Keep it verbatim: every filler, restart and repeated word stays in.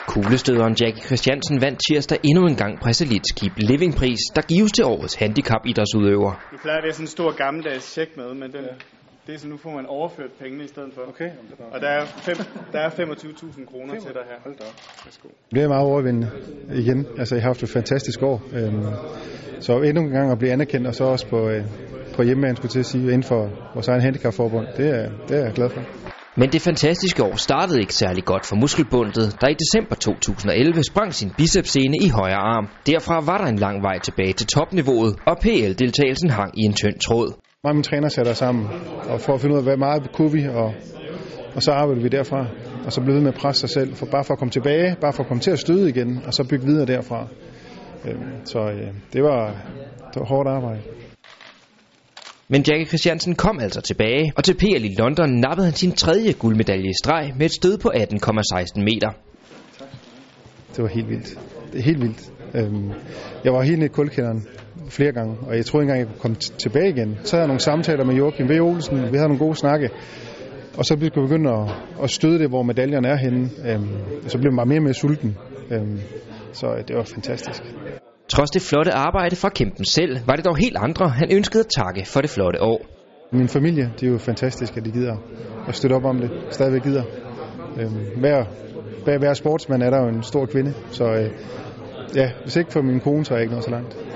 Kuglestøderen Jackie Christiansen vandt tirsdag endnu en gang Press Elites Keep Living-pris, der gives til årets handicapidrætsudøver. Nu plejer vi sådan en stor gammeldags check med, men den, det er så nu får man overført pengene i stedet for. Okay. Og der er, fem, der er femogtyve tusind kroner til dig her. Hold da op. Værsgo. Det bliver meget overvindende igen. Altså, jeg har haft et fantastisk år. Så endnu en gang at blive anerkendt, og så også på, på hjemmebane, skulle til at sige, inden for vores egen handicapforbund. Det er, det er jeg glad for. Men det fantastiske år startede ikke særlig godt for muskelbundet, der i december to tusind og elleve sprang sin bicepssene i højre arm. Derfra var der en lang vej tilbage til topniveauet, og P L-deltagelsen hang i en tynd tråd. Mig og min træner satte os sammen og for at finde ud af, hvad meget kunne vi, og, og så arbejdede vi derfra. Og så blev vi med at presse sig selv, for bare for at komme tilbage, bare for at komme til at støde igen, og så bygge videre derfra. Så det var, det var hårdt arbejde. Men Jackie Christiansen kom altså tilbage, og til P L i London nappede han sin tredje guldmedalje i streg med et stød på atten komma seksten meter. Det var helt vildt. Det er helt vildt. Jeg var helt nede i kulkælderen flere gange, og jeg troede ikke engang, jeg kunne komme tilbage igen. Så havde jeg nogle samtaler med Joachim V. Olsen, vi havde nogle gode snakke, og så blev jeg begyndt at, at støde det, hvor medaljerne er henne. Så blev jeg meget mere og mere sulten. Så det var fantastisk. Trods det flotte arbejde fra kæmpen selv, var det dog helt andre, han ønskede at takke for det flotte år. Min familie, de er jo fantastiske, at de gider at støtte op om det. Stadigvæk gider. Hver, bag hver sportsmand er der jo en stor kvinde, så ja, hvis ikke for min kone, så er jeg ikke noget så langt.